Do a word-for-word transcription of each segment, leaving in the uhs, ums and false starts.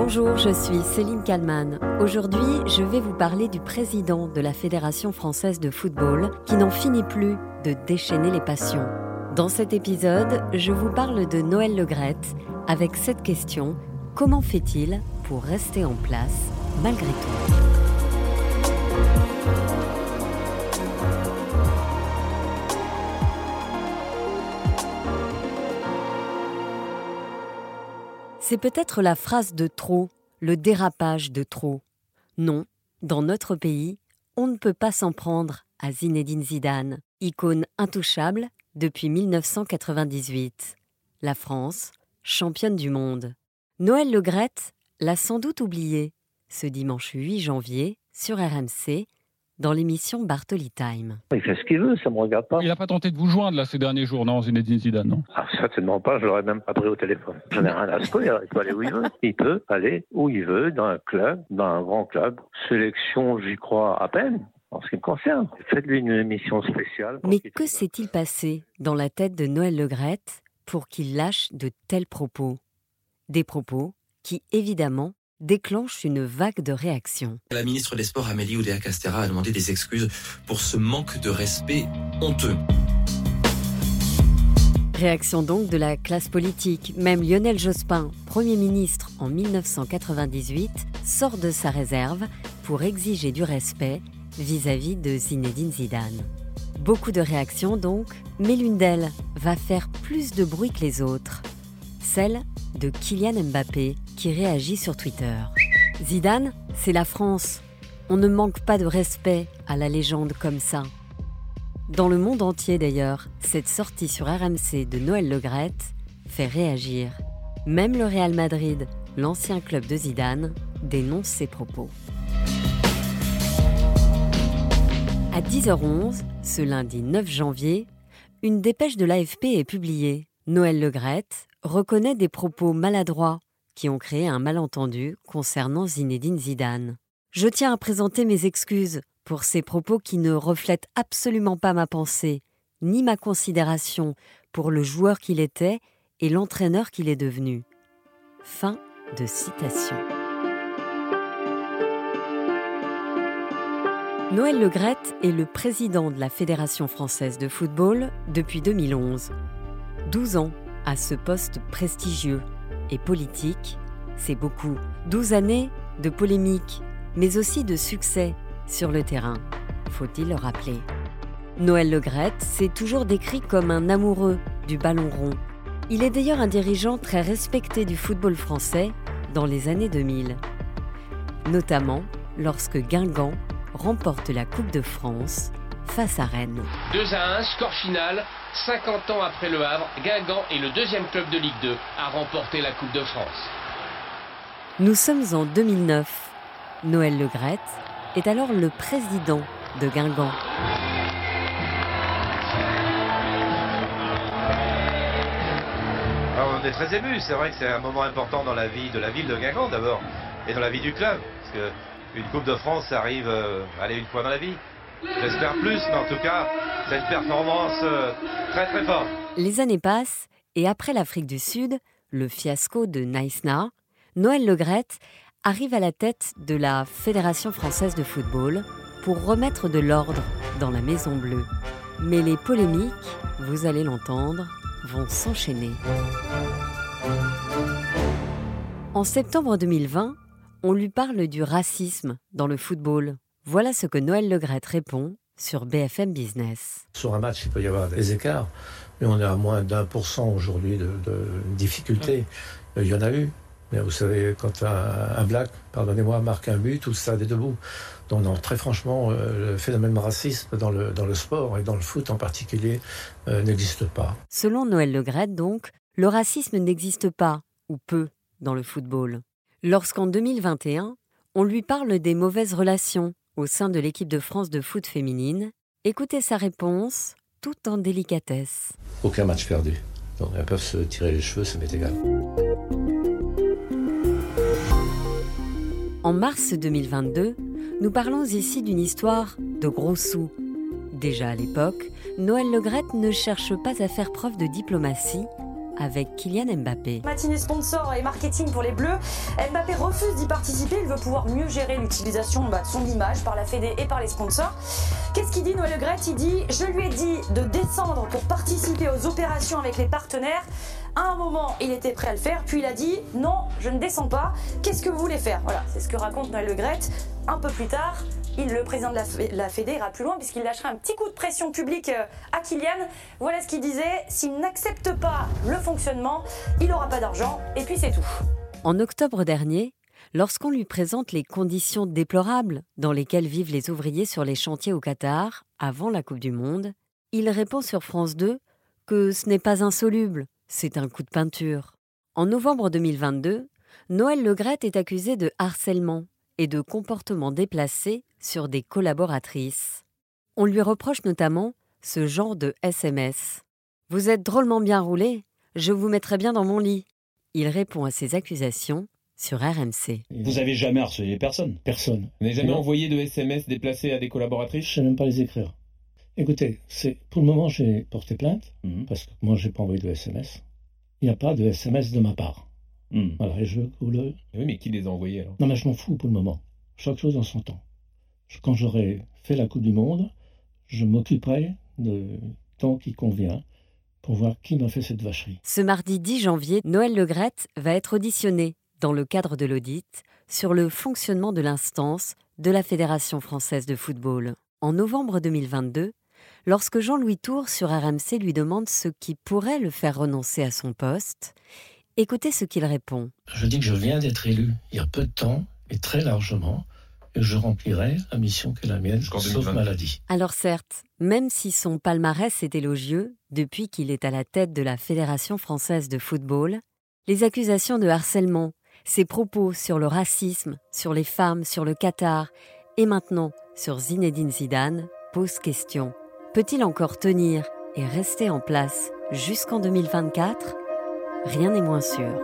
Bonjour, je suis Céline Kallmann. Aujourd'hui, je vais vous parler du président de la Fédération française de football qui n'en finit plus de déchaîner les passions. Dans cet épisode, je vous parle de Noël Le Graët avec cette question: comment fait-il pour rester en place malgré tout ? C'est peut-être la phrase de trop, le dérapage de trop. Non, dans notre pays, on ne peut pas s'en prendre à Zinedine Zidane, icône intouchable depuis mille neuf cent quatre-vingt-dix-huit. La France, championne du monde. Noël Le Graët l'a sans doute oublié ce dimanche huit janvier sur R M C, dans l'émission Bartoli Time. Il fait ce qu'il veut, ça ne me regarde pas. Il n'a pas tenté de vous joindre là ces derniers jours, non, Zinedine Zidane, non? Ah, certainement pas, je l'aurais même pas pris au téléphone. J'en ai rien à secouer, il peut aller où il veut. Il peut aller où il veut, dans un club, dans un grand club. Sélection, j'y crois à peine, en ce qui me concerne. Faites-lui une émission spéciale. Mais que s'est-il passé dans la tête de Noël Le Graët pour qu'il lâche de tels propos? Des propos qui, évidemment, déclenche une vague de réactions. La ministre des Sports, Amélie Oudéa-Castéra, a demandé des excuses pour ce manque de respect honteux. Réaction donc de la classe politique. Même Lionel Jospin, Premier ministre en mille neuf cent quatre-vingt-dix-huit, sort de sa réserve pour exiger du respect vis-à-vis de Zinedine Zidane. Beaucoup de réactions donc, mais l'une d'elles va faire plus de bruit que les autres. Celle de Kylian Mbappé, qui réagit sur Twitter. Zidane, c'est la France. On ne manque pas de respect à la légende comme ça. Dans le monde entier d'ailleurs, cette sortie sur R M C de Noël Le Graët fait réagir. Même le Real Madrid, l'ancien club de Zidane, dénonce ses propos. À dix heures onze, ce lundi neuf janvier, une dépêche de l'A F P est publiée. Noël Le Graët reconnaît des propos maladroits qui ont créé un malentendu concernant Zinedine Zidane. Je tiens à présenter mes excuses pour ces propos qui ne reflètent absolument pas ma pensée, ni ma considération pour le joueur qu'il était et l'entraîneur qu'il est devenu. Fin de citation. Noël Le Graët est le président de la Fédération française de football depuis deux mille onze. douze ans à ce poste prestigieux et politique, c'est beaucoup. douze années de polémique, mais aussi de succès sur le terrain, faut-il le rappeler. Noël Le Graët s'est toujours décrit comme un amoureux du ballon rond. Il est d'ailleurs un dirigeant très respecté du football français dans les années deux mille. Notamment lorsque Guingamp remporte la Coupe de France face à Rennes. deux à un, score final. cinquante ans après Le Havre, Guingamp est le deuxième club de Ligue deux à remporter la Coupe de France. Nous sommes en deux mille neuf. Noël Le Graët est alors le président de Guingamp. Alors on est très ému, c'est vrai que c'est un moment important dans la vie de la ville de Guingamp d'abord, et dans la vie du club, parce qu'une Coupe de France, ça arrive euh, allez, une fois dans la vie. J'espère plus, mais en tout cas, c'est une performance euh, très très forte. Les années passent, et après l'Afrique du Sud, le fiasco de Naïsna, Noël Le Graët arrive à la tête de la Fédération française de football pour remettre de l'ordre dans la Maison Bleue. Mais les polémiques, vous allez l'entendre, vont s'enchaîner. En septembre deux mille vingt, on lui parle du racisme dans le football. Voilà ce que Noël Le Graët répond sur B F M Business. Sur un match, il peut y avoir des écarts, mais on est à moins d'un pour cent aujourd'hui de, de difficultés. Il y en a eu. Mais vous savez, quand un, un black, pardonnez-moi, marque un but, tout le stade est debout. Donc non, très franchement, euh, le phénomène racisme dans le, dans le sport et dans le foot en particulier euh, n'existe pas. Selon Noël Le Graët donc, le racisme n'existe pas, ou peu, dans le football. Lorsqu'en deux mille vingt et un, on lui parle des mauvaises relations au sein de l'équipe de France de foot féminine, écoutez sa réponse, tout en délicatesse. Aucun match perdu. Donc elles peuvent se tirer les cheveux, ça m'est égal. En mars deux mille vingt-deux, nous parlons ici d'une histoire de gros sous. Déjà à l'époque, Noël Le Graët ne cherche pas à faire preuve de diplomatie, avec Kylian Mbappé. Matinée sponsor et marketing pour les Bleus. Mbappé refuse d'y participer. Il veut pouvoir mieux gérer l'utilisation bah, de son image par la Fédé et par les sponsors. Qu'est-ce qu'il dit, Noël Le Graët? Il dit « Je lui ai dit de descendre pour participer aux opérations avec les partenaires. » À un moment, il était prêt à le faire, puis il a dit « Non, je ne descends pas. Qu'est-ce que vous voulez faire ?» Voilà, c'est ce que raconte Noël Le Graët. Un peu plus tard, il, le président de la, la Fédé ira plus loin puisqu'il lâchera un petit coup de pression publique à Kylian. Voilà ce qu'il disait, s'il n'accepte pas le fonctionnement, il n'aura pas d'argent et puis c'est tout. En octobre dernier, lorsqu'on lui présente les conditions déplorables dans lesquelles vivent les ouvriers sur les chantiers au Qatar avant la Coupe du Monde, il répond sur France deux que ce n'est pas insoluble, c'est un coup de peinture. En novembre deux mille vingt-deux, Noël Le Graët est accusé de harcèlement et de comportements déplacés sur des collaboratrices. On lui reproche notamment ce genre de S M S. « Vous êtes drôlement bien roulé, je vous mettrai bien dans mon lit ». Il répond à ces accusations sur R M C. Vous n'avez jamais harcelé personne? Personne. Vous n'avez jamais Non. envoyé de S M S déplacés à des collaboratrices? Je ne sais même pas les écrire. Écoutez, c'est, pour le moment, j'ai porté plainte, Mmh. parce que moi, je n'ai pas envoyé de S M S. Il n'y a pas de S M S de ma part. Mmh. Voilà, et je vous le... Oui, mais qui les a envoyés alors? Non, mais je m'en fous pour le moment. Chaque chose en son temps. Je- Quand j'aurai fait la Coupe du Monde, je m'occuperai de temps qui convient pour voir qui m'a fait cette vacherie. Ce mardi dix janvier, Noël Le Graët va être auditionné dans le cadre de l'audit sur le fonctionnement de l'instance de la Fédération française de football. En novembre deux mille vingt-deux, lorsque Jean-Louis Tour sur R M C lui demande ce qui pourrait le faire renoncer à son poste, écoutez ce qu'il répond. Je dis que je viens d'être élu il y a peu de temps, et très largement, et je remplirai la mission qui est la mienne, Jusqu'en sauf deux mille vingt. maladie. Alors certes, même si son palmarès est élogieux depuis qu'il est à la tête de la Fédération française de football, les accusations de harcèlement, ses propos sur le racisme, sur les femmes, sur le Qatar et maintenant sur Zinedine Zidane posent question. Peut-il encore tenir et rester en place jusqu'en deux mille vingt-quatre? Rien n'est moins sûr.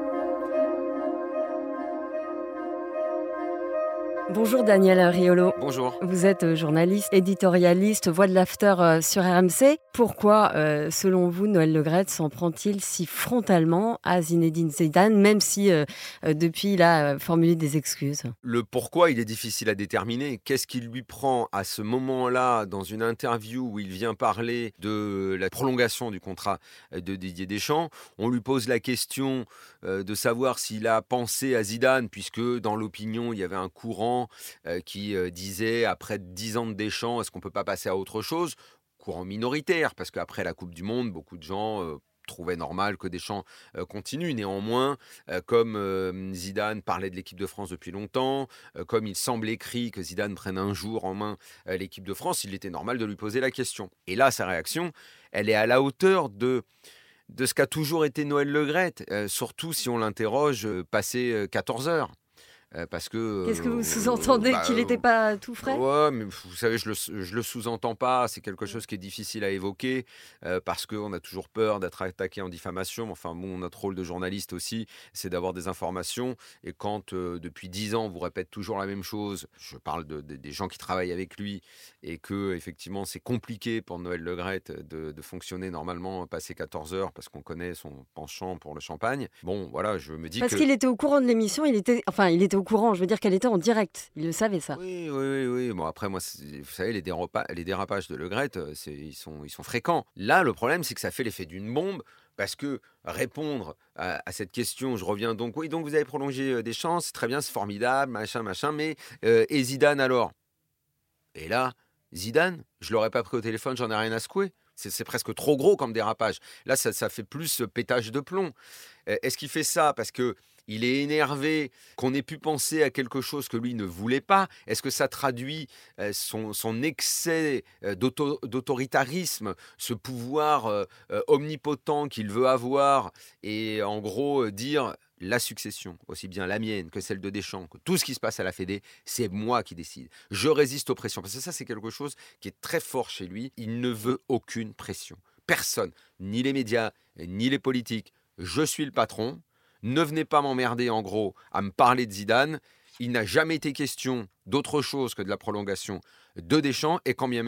Bonjour Daniel Riolo. Bonjour. Vous êtes journaliste, éditorialiste, voix de l'after euh, sur R M C. Pourquoi, euh, selon vous, Noël Le Graët s'en prend-il si frontalement à Zinedine Zidane, même si euh, euh, depuis il a formulé des excuses? Le pourquoi, il est difficile à déterminer. Qu'est-ce qui lui prend à ce moment-là, dans une interview où il vient parler de la prolongation du contrat de Didier Deschamps? On lui pose la question euh, de savoir s'il a pensé à Zidane, puisque dans l'opinion, il y avait un courant euh, qui euh, disait, après dix ans de Deschamps, est-ce qu'on ne peut pas passer à autre chose? Courant minoritaire, parce qu'après la Coupe du Monde, beaucoup de gens euh, trouvaient normal que Deschamps euh, continue. Néanmoins, euh, comme euh, Zidane parlait de l'équipe de France depuis longtemps, euh, comme il semble écrit que Zidane prenne un jour en main euh, l'équipe de France, il était normal de lui poser la question. Et là, sa réaction, elle est à la hauteur de... de ce qu'a toujours été Noël Le Graët, euh, surtout si on l'interroge euh, passé euh, quatorze heures. Euh, parce que, Qu'est-ce que vous euh, sous-entendez? bah, Qu'il n'était pas tout frais? Ouais, mais vous savez, je le, je le sous-entends pas. C'est quelque chose qui est difficile à évoquer euh, parce qu'on a toujours peur d'être attaqué en diffamation. Enfin, bon, notre rôle de journaliste aussi, c'est d'avoir des informations. Et quand, euh, depuis dix ans, on vous répète toujours la même chose, je parle de, de, des gens qui travaillent avec lui, et que, effectivement, c'est compliqué pour Noël Le Graët de, de fonctionner normalement passé quatorze heures parce qu'on connaît son penchant pour le champagne. Bon, voilà, je me dis Parce que... qu'il était au courant de l'émission, il était, enfin, il était au courant, je veux dire qu'elle était en direct, il le savait ça. Oui, oui, oui, oui. Bon, après, moi, c'est- vous savez, les, déropa- les dérapages de Le Graët, euh, c'est- ils sont, ils sont fréquents. Là, le problème, c'est que ça fait l'effet d'une bombe, parce que répondre à, à cette question, je reviens donc, oui, donc vous avez prolongé euh, Deschamps, c'est très bien, c'est formidable, machin, machin, mais euh, et Zidane alors? Et là, Zidane, je l'aurais pas pris au téléphone, j'en ai rien à secouer. C'est c'est presque trop gros comme dérapage. Là, ça, ça fait plus euh, pétage de plomb. Euh, Est-ce qu'il fait ça parce que il est énervé qu'on ait pu penser à quelque chose que lui ne voulait pas? Est-ce que ça traduit euh, son, son excès euh, d'auto- d'autoritarisme, ce pouvoir euh, euh, omnipotent qu'il veut avoir, et en gros euh, dire la succession, aussi bien la mienne que celle de Deschamps, que tout ce qui se passe à la Fédé, c'est moi qui décide. Je résiste aux pressions. Parce que ça, c'est quelque chose qui est très fort chez lui. Il ne veut aucune pression. Personne, ni les médias, ni les politiques. Je suis le patron. Ne venez pas m'emmerder, en gros, à me parler de Zidane. Il n'a jamais été question d'autre chose que de la prolongation de Deschamps. Et quand bien même,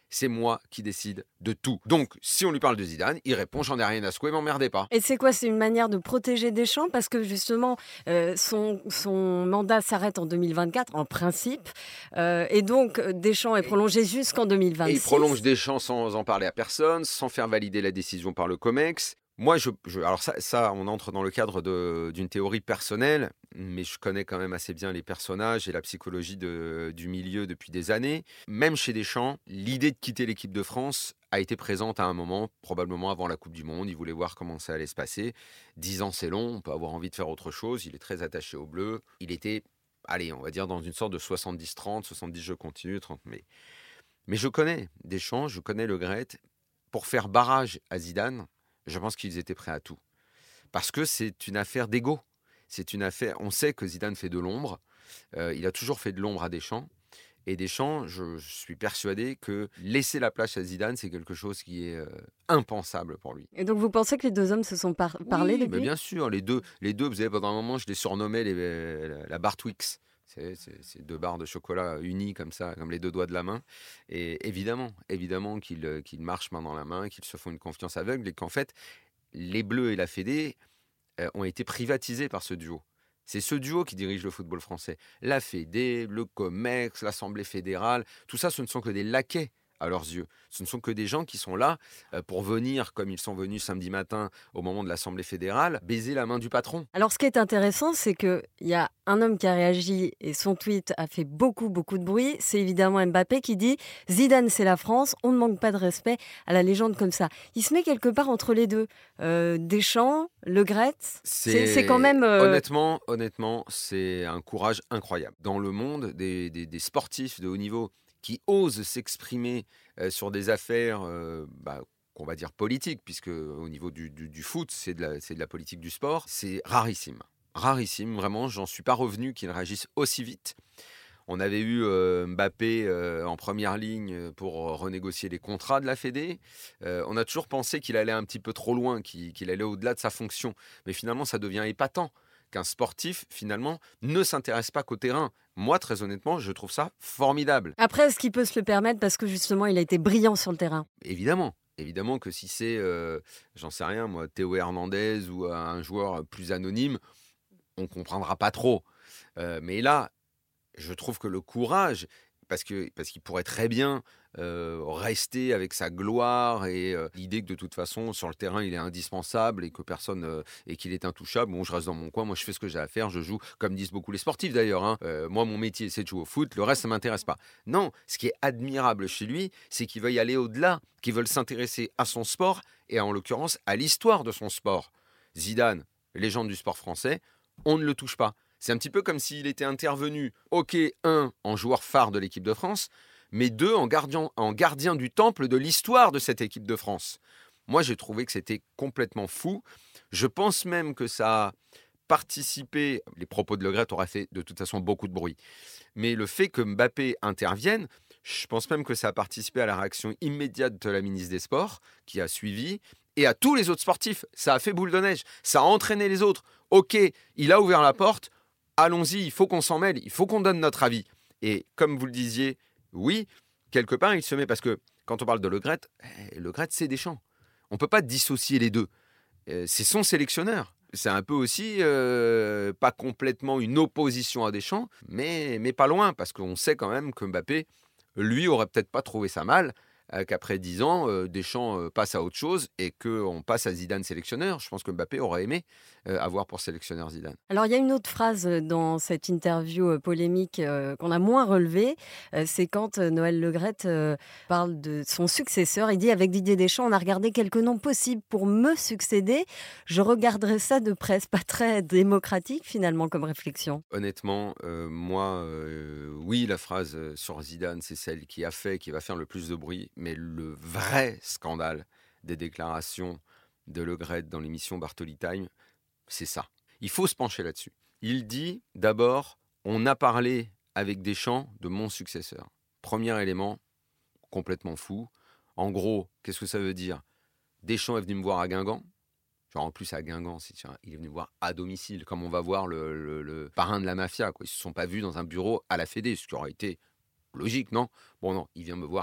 c'est moi qui décide de tout. Donc, si on lui parle de Zidane, il répond « j'en ai rien à secouer, m'emmerdez pas ». Et c'est quoi? C'est une manière de protéger Deschamps parce que justement, euh, son, son mandat s'arrête en deux mille vingt-quatre, en principe. Euh, et donc, Deschamps est prolongé jusqu'en deux mille vingt-six. Et il prolonge Deschamps sans en parler à personne, sans faire valider la décision par le COMEX. Moi, je, je, alors ça, ça, on entre dans le cadre de, d'une théorie personnelle, mais je connais quand même assez bien les personnages et la psychologie de, du milieu depuis des années. Même chez Deschamps, l'idée de quitter l'équipe de France a été présente à un moment, probablement avant la Coupe du Monde. Il voulait voir comment ça allait se passer. Dix ans, c'est long, on peut avoir envie de faire autre chose. Il est très attaché au bleu. Il était, allez, on va dire dans une sorte de soixante-dix trente, soixante-dix je continue, trente mais... Mais je connais Deschamps, je connais Le Graët. Pour faire barrage à Zidane, je pense qu'ils étaient prêts à tout. Parce que c'est une affaire d'ego. C'est une affaire. On sait que Zidane fait de l'ombre. Euh, il a toujours fait de l'ombre à Deschamps. Et Deschamps, je, je suis persuadé que laisser la place à Zidane, c'est quelque chose qui est euh, impensable pour lui. Et donc vous pensez que les deux hommes se sont par- parlé oui, depuis? Mais bien sûr, les deux, les deux, vous savez, pendant un moment, je les surnommais les, la, la barre Twix. C'est, c'est, c'est deux barres de chocolat unies comme ça, comme les deux doigts de la main. Et évidemment, évidemment qu'ils, qu'ils marchent main dans la main, qu'ils se font une confiance aveugle et qu'en fait, les Bleus et la Fédé euh, ont été privatisés par ce duo. C'est ce duo qui dirige le football français. La Fédé, le COMEX, l'Assemblée fédérale, tout ça, ce ne sont que des laquais à leurs yeux. Ce ne sont que des gens qui sont là euh, pour venir, comme ils sont venus samedi matin au moment de l'Assemblée fédérale, baiser la main du patron. Alors ce qui est intéressant, c'est qu'il y a un homme qui a réagi et son tweet a fait beaucoup, beaucoup de bruit. C'est évidemment Mbappé qui dit « Zidane, c'est la France, on ne manque pas de respect à la légende comme ça ». Il se met quelque part entre les deux. Euh, Deschamps, Le Graët, c'est, c'est, c'est quand même... Euh... Honnêtement, honnêtement, c'est un courage incroyable. Dans le monde des, des, des sportifs de haut niveau qui osent s'exprimer euh, sur des affaires euh, bah, qu'on va dire politiques, puisque au niveau du, du, du foot, c'est de, la, c'est de la politique du sport, c'est rarissime. Rarissime, vraiment, j'en suis pas revenu qu'ils réagissent aussi vite. On avait eu euh, Mbappé euh, en première ligne pour renégocier les contrats de la Fédé. Euh, on a toujours pensé qu'il allait un petit peu trop loin, qu'il, qu'il allait au-delà de sa fonction. Mais finalement, ça devient épatant qu'un sportif, finalement, ne s'intéresse pas qu'au terrain. Moi, très honnêtement, je trouve ça formidable. Après, est-ce qu'il peut se le permettre parce que, justement, il a été brillant sur le terrain? Évidemment. Évidemment que si c'est, euh, j'en sais rien, moi, Théo Hernandez ou un joueur plus anonyme, on ne comprendra pas trop. Euh, mais là, je trouve que le courage, parce, que, parce qu'il pourrait très bien euh, rester avec sa gloire et euh, l'idée que de toute façon, sur le terrain, il est indispensable et que personne euh, et qu'il est intouchable. Bon, je reste dans mon coin, moi je fais ce que j'ai à faire, je joue, comme disent beaucoup les sportifs d'ailleurs. Hein. Euh, moi, mon métier, c'est de jouer au foot, le reste, ça ne m'intéresse pas. Non, ce qui est admirable chez lui, c'est qu'il veuille aller au-delà, qu'il veuille s'intéresser à son sport et en l'occurrence à l'histoire de son sport. Zidane, légende du sport français, on ne le touche pas. C'est un petit peu comme s'il était intervenu, ok, un, en joueur phare de l'équipe de France, mais deux, en gardien, en gardien du temple de l'histoire de cette équipe de France. Moi, j'ai trouvé que c'était complètement fou. Je pense même que ça a participé, les propos de Le Graët auraient fait de toute façon beaucoup de bruit, mais le fait que Mbappé intervienne, je pense même que ça a participé à la réaction immédiate de la ministre des Sports, qui a suivi, et à tous les autres sportifs. Ça a fait boule de neige, ça a entraîné les autres. Ok, il a ouvert la porte, allons-y, il faut qu'on s'en mêle, il faut qu'on donne notre avis. Et comme vous le disiez, oui, quelque part, il se met, parce que quand on parle de Le Graët, Le Graët, c'est Deschamps. On ne peut pas dissocier les deux. C'est son sélectionneur. C'est un peu aussi, euh, pas complètement une opposition à Deschamps, mais, mais pas loin, parce qu'on sait quand même que Mbappé, lui, aurait peut-être pas trouvé ça mal, euh, qu'après dix ans, euh, Deschamps euh, passe à autre chose et qu'on passe à Zidane sélectionneur. Je pense que Mbappé aurait aimé euh, avoir pour sélectionneur Zidane. Alors, il y a une autre phrase dans cette interview euh, polémique euh, qu'on a moins relevée. Euh, c'est quand euh, Noël Le Graët euh, parle de son successeur. Il dit « Avec Didier Deschamps, on a regardé quelques noms possibles pour me succéder. Je regarderai ça de près. » Pas très démocratique, finalement, comme réflexion. Honnêtement, euh, moi, euh, oui, la phrase sur Zidane, c'est celle qui a fait, qui va faire le plus de bruit. Mais le vrai scandale des déclarations de Le Graët dans l'émission Bartoli Time, c'est ça. Il faut se pencher là-dessus. Il dit d'abord, on a parlé avec Deschamps de mon successeur. Premier élément, complètement fou. En gros, qu'est-ce que ça veut dire? Deschamps est venu me voir à Guingamp. Genre en plus à Guingamp, c'est, tiens, il est venu me voir à domicile, comme on va voir le, le, le parrain de la mafia, quoi. Ils ne se sont pas vus dans un bureau à la Fédé, ce qui aurait été logique, non? Bon non, il vient me voir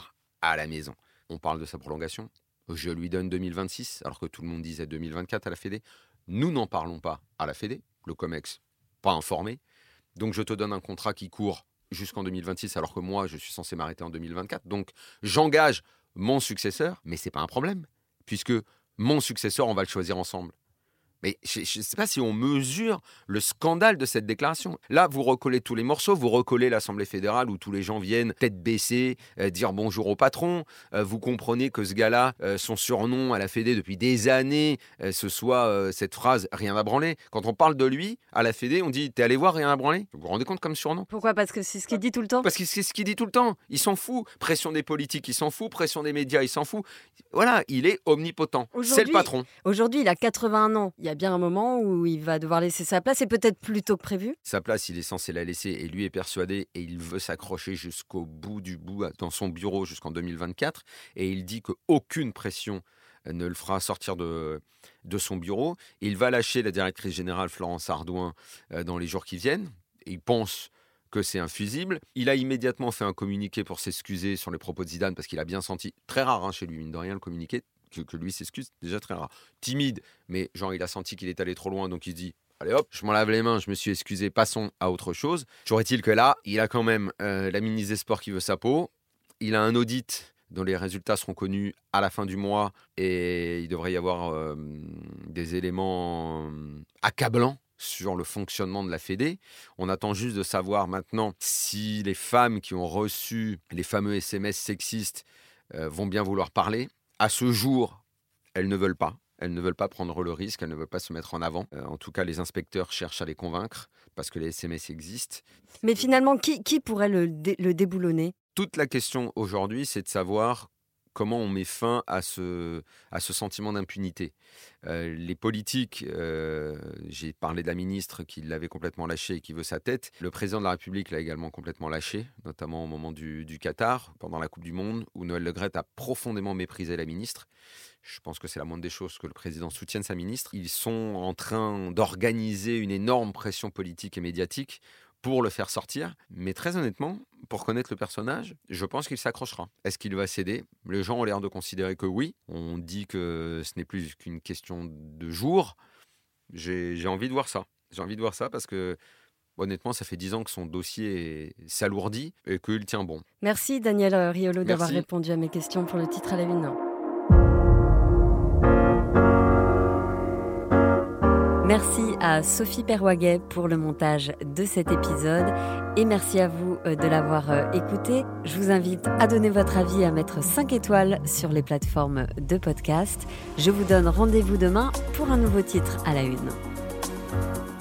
à la maison. On parle de sa prolongation. Je lui donne deux mille vingt-six, alors que tout le monde disait deux mille vingt-quatre à la Fédé. Nous n'en parlons pas à la Fédé. Le COMEX, pas informé. Donc, je te donne un contrat qui court jusqu'en deux mille vingt-six, alors que moi, je suis censé m'arrêter en deux mille vingt-quatre. Donc, j'engage mon successeur, mais ce n'est pas un problème, puisque mon successeur, on va le choisir ensemble. Mais je ne sais pas si on mesure le scandale de cette déclaration. Là, vous recollez tous les morceaux, vous recollez l'Assemblée fédérale où tous les gens viennent tête baissée, euh, dire bonjour au patron. Euh, vous comprenez que ce gars-là, euh, son surnom à la Fédé depuis des années, euh, ce soit euh, cette phrase « rien à branler ». Quand on parle de lui, à la Fédé, on dit « t'es allé voir rien à branler ». Vous vous rendez compte comme surnom ? Pourquoi ? Parce que c'est ce qu'il dit tout le temps ? Parce que c'est ce qu'il dit tout le temps. Il s'en fout. Pression des politiques, il s'en fout. Pression des médias, il s'en fout. Voilà, il est omnipotent. C'est le patron. Aujourd'hui, il a quatre-vingt-un ans. Il y a bien un moment où il va devoir laisser sa place, et peut-être plus tôt que prévu. Sa place, il est censé la laisser, et lui est persuadé, et il veut s'accrocher jusqu'au bout du bout, dans son bureau jusqu'en deux mille vingt-quatre, et il dit qu'aucune pression ne le fera sortir de, de son bureau. Il va lâcher la directrice générale Florence Ardouin dans les jours qui viennent. Il pense que c'est infusible. Il a immédiatement fait un communiqué pour s'excuser sur les propos de Zidane, parce qu'il a bien senti, très rare hein, chez lui, mine de rien, le communiqué, que, que lui s'excuse, déjà très rare. Timide, mais genre il a senti qu'il est allé trop loin, donc il se dit allez hop, je m'en lave les mains, je me suis excusé, passons à autre chose. Toujours est-il que là, il a quand même euh, la ministre des Sports qui veut sa peau, il a un audit dont les résultats seront connus à la fin du mois, et il devrait y avoir euh, des éléments accablants sur le fonctionnement de la Fédé. On attend juste de savoir maintenant si les femmes qui ont reçu les fameux S M S sexistes euh, vont bien vouloir parler. À ce jour, elles ne veulent pas. Elles ne veulent pas prendre le risque, elles ne veulent pas se mettre en avant. Euh, en tout cas, les inspecteurs cherchent à les convaincre parce que les S M S existent. Mais finalement, qui, qui pourrait le, dé, le déboulonner ? Toute la question aujourd'hui, c'est de savoir comment on met fin à ce, à ce sentiment d'impunité. Euh, les politiques, euh, j'ai parlé de la ministre qui l'avait complètement lâché et qui veut sa tête. Le président de la République l'a également complètement lâché, notamment au moment du, du Qatar, pendant la Coupe du Monde, où Noël Le Graët a profondément méprisé la ministre. Je pense que c'est la moindre des choses que le président soutienne sa ministre. Ils sont en train d'organiser une énorme pression politique et médiatique pour le faire sortir. Mais très honnêtement, pour connaître le personnage, je pense qu'il s'accrochera. Est-ce qu'il va céder ? Les gens ont l'air de considérer que oui. On dit que ce n'est plus qu'une question de jours. J'ai, j'ai envie de voir ça. J'ai envie de voir ça parce que, honnêtement, ça fait dix ans que son dossier s'alourdit et qu'il tient bon. Merci Daniel Riolo d'avoir Merci. répondu à mes questions pour le titre à la une. Merci à Sophie Perwaguet pour le montage de cet épisode et merci à vous de l'avoir écouté. Je vous invite à donner votre avis et à mettre cinq étoiles sur les plateformes de podcast. Je vous donne rendez-vous demain pour un nouveau titre à la une.